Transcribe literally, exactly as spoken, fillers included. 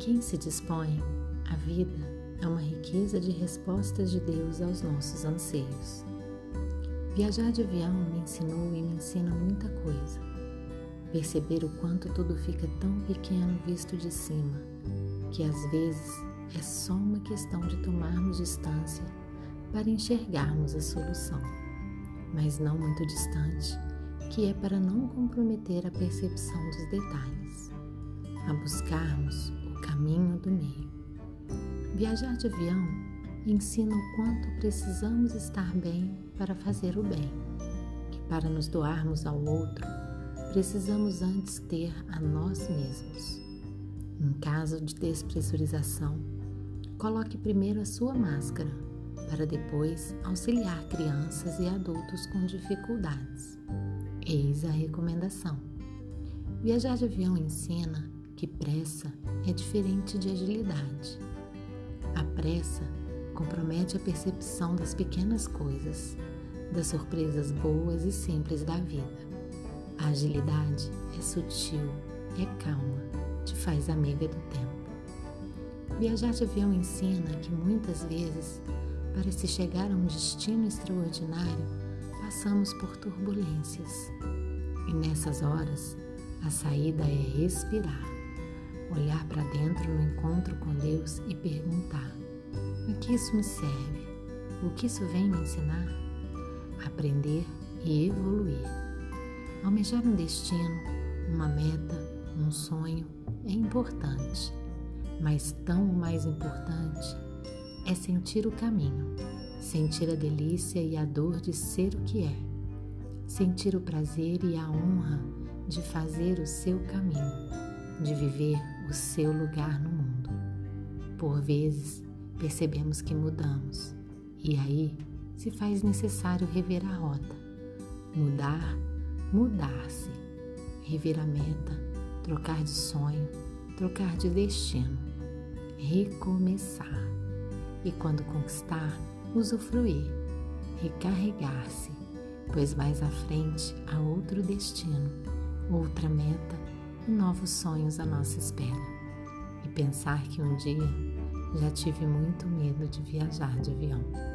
quem se dispõe, a vida é uma riqueza de respostas de Deus aos nossos anseios. Viajar de avião me ensinou e me ensina muita coisa. Perceber o quanto tudo fica tão pequeno visto de cima, que às vezes é só uma questão de tomarmos distância para enxergarmos a solução, mas não muito distante, que é para não comprometer a percepção dos detalhes, a buscarmos o caminho do meio. Viajar de avião ensina o quanto precisamos estar bem para fazer o bem, que para nos doarmos ao outro, precisamos antes ter a nós mesmos. Em caso de despressurização, coloque primeiro a sua máscara, para depois auxiliar crianças e adultos com dificuldades. Eis a recomendação. Viajar de avião ensina que pressa é diferente de agilidade. A pressa compromete a percepção das pequenas coisas, das surpresas boas e simples da vida. A agilidade é sutil, é calma, te faz amiga do tempo. Viajar de avião ensina que muitas vezes, para se chegar a um destino extraordinário, passamos por turbulências. E nessas horas, a saída é respirar, olhar para dentro no encontro com Deus e perguntar: a que isso me serve? O que isso vem me ensinar? Aprender e evoluir. Almejar um destino, uma meta, um sonho é importante, mas tão o mais importante é sentir o caminho, sentir a delícia e a dor de ser o que é, sentir o prazer e a honra de fazer o seu caminho, de viver o seu lugar no mundo. Por vezes, percebemos que mudamos, e aí se faz necessário rever a rota, mudar, mudar-se, rever a meta, trocar de sonho, trocar de destino, recomeçar. E quando conquistar, usufruir, recarregar-se, pois mais à frente há outro destino, outra meta e novos sonhos à nossa espera. E pensar que um dia já tive muito medo de viajar de avião.